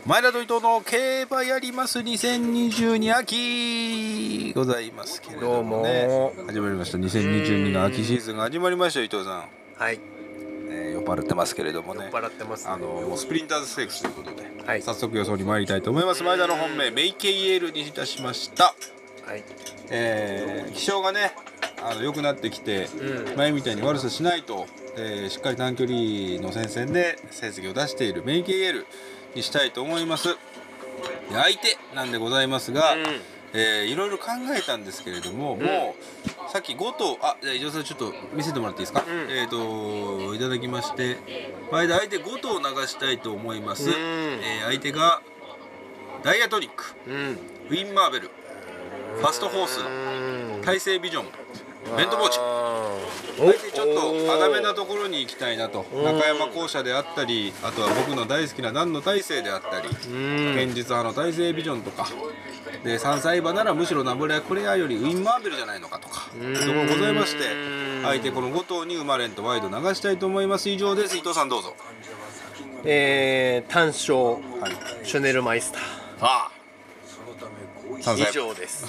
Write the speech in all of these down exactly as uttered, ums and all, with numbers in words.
前田と伊藤の競馬やりますにせんにじゅうに秋ございますけれどもね、 どうも始まりました。にせんにじゅうにの秋シーズンが始まりましたよ。伊藤さん、 はい、 えー、酔っ払ってますけれどもね、 酔っ払ってますね。 あのもうスプリンターズステークスということで、 はい、 早速予想に参りたいと思います。前田の本命メイケイエールにいたしました。 はい、 えー、気象がねあの良くなってきて、うん、前みたいに悪さしないと、えー、しっかり短距離の戦線で成績を出しているメイケイエールにしたいと思います。で相手なんでございますが、うん、えー、いろいろ考えたんですけれども、うん、もうさっきご頭あじゃあ伊藤さんちょっと見せてもらっていいですか、うん、えっ、ー、といただきまして前で相手ご頭流したいと思います。うん、えー、相手がダイアトニック、うん、ウィン・マーベル、ファストホース、大西ビジョン、ベントボーチ、相手ちょっと穴目なところに行きたいなと。中山校舎であったり、あとは僕の大好きな段野大成であったり、現実派の大西ビジョンとかで、さんさい馬ならむしろナブレクレアよりウィン・マーベルじゃないのかとかそういうところございまして、相手このご頭に生まれんとワイド流したいと思います。以上です。伊藤さんどうぞ。 えー、単勝、はい、シュネルマイスター。 ああ以上です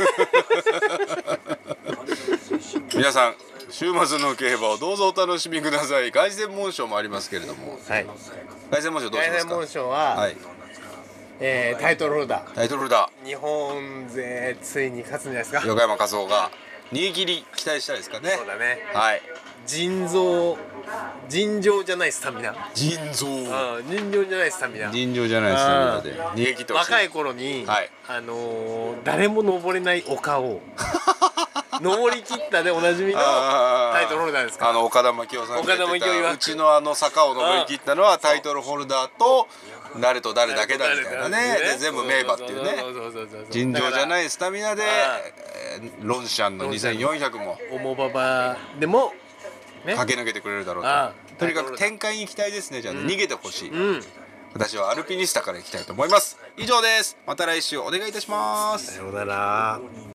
皆さん週末の競馬をどうぞお楽しみください。凱旋門賞もありますけれども、はい、凱旋門賞どうしますか。 凱旋門賞は、はい、えー、タイトルホルダータイトルホルダー日本勢ついに勝つんじゃないですか。 横山和生が逃げ切り期待したいですかね。 そうだね。 はい。 腎臓尋常じゃないスタミナ。 腎臓。 ああ、尋常じゃないスタミナ。 尋常じゃないスタミナで逃げ切ってほしい。 若い頃に、はい、あのー、誰も登れない丘を登り切ったでおなじみのタイトルホルダーですか。 あの岡田真紀夫さんが言ってた、うちのあの坂を登り切ったのはタイトルホルダーと誰と誰だけだみたいなね。で全部名馬っていうね。尋常じゃないスタミナでロンシャンのにせんよんひゃくも重馬場でも駆け抜けてくれるだろうと。とにかく展開に行きたいですね。じゃあね、逃げてほしい。私はアルピニスタから行きたいと思います。以上です。また来週お願いいたします。 さようなら。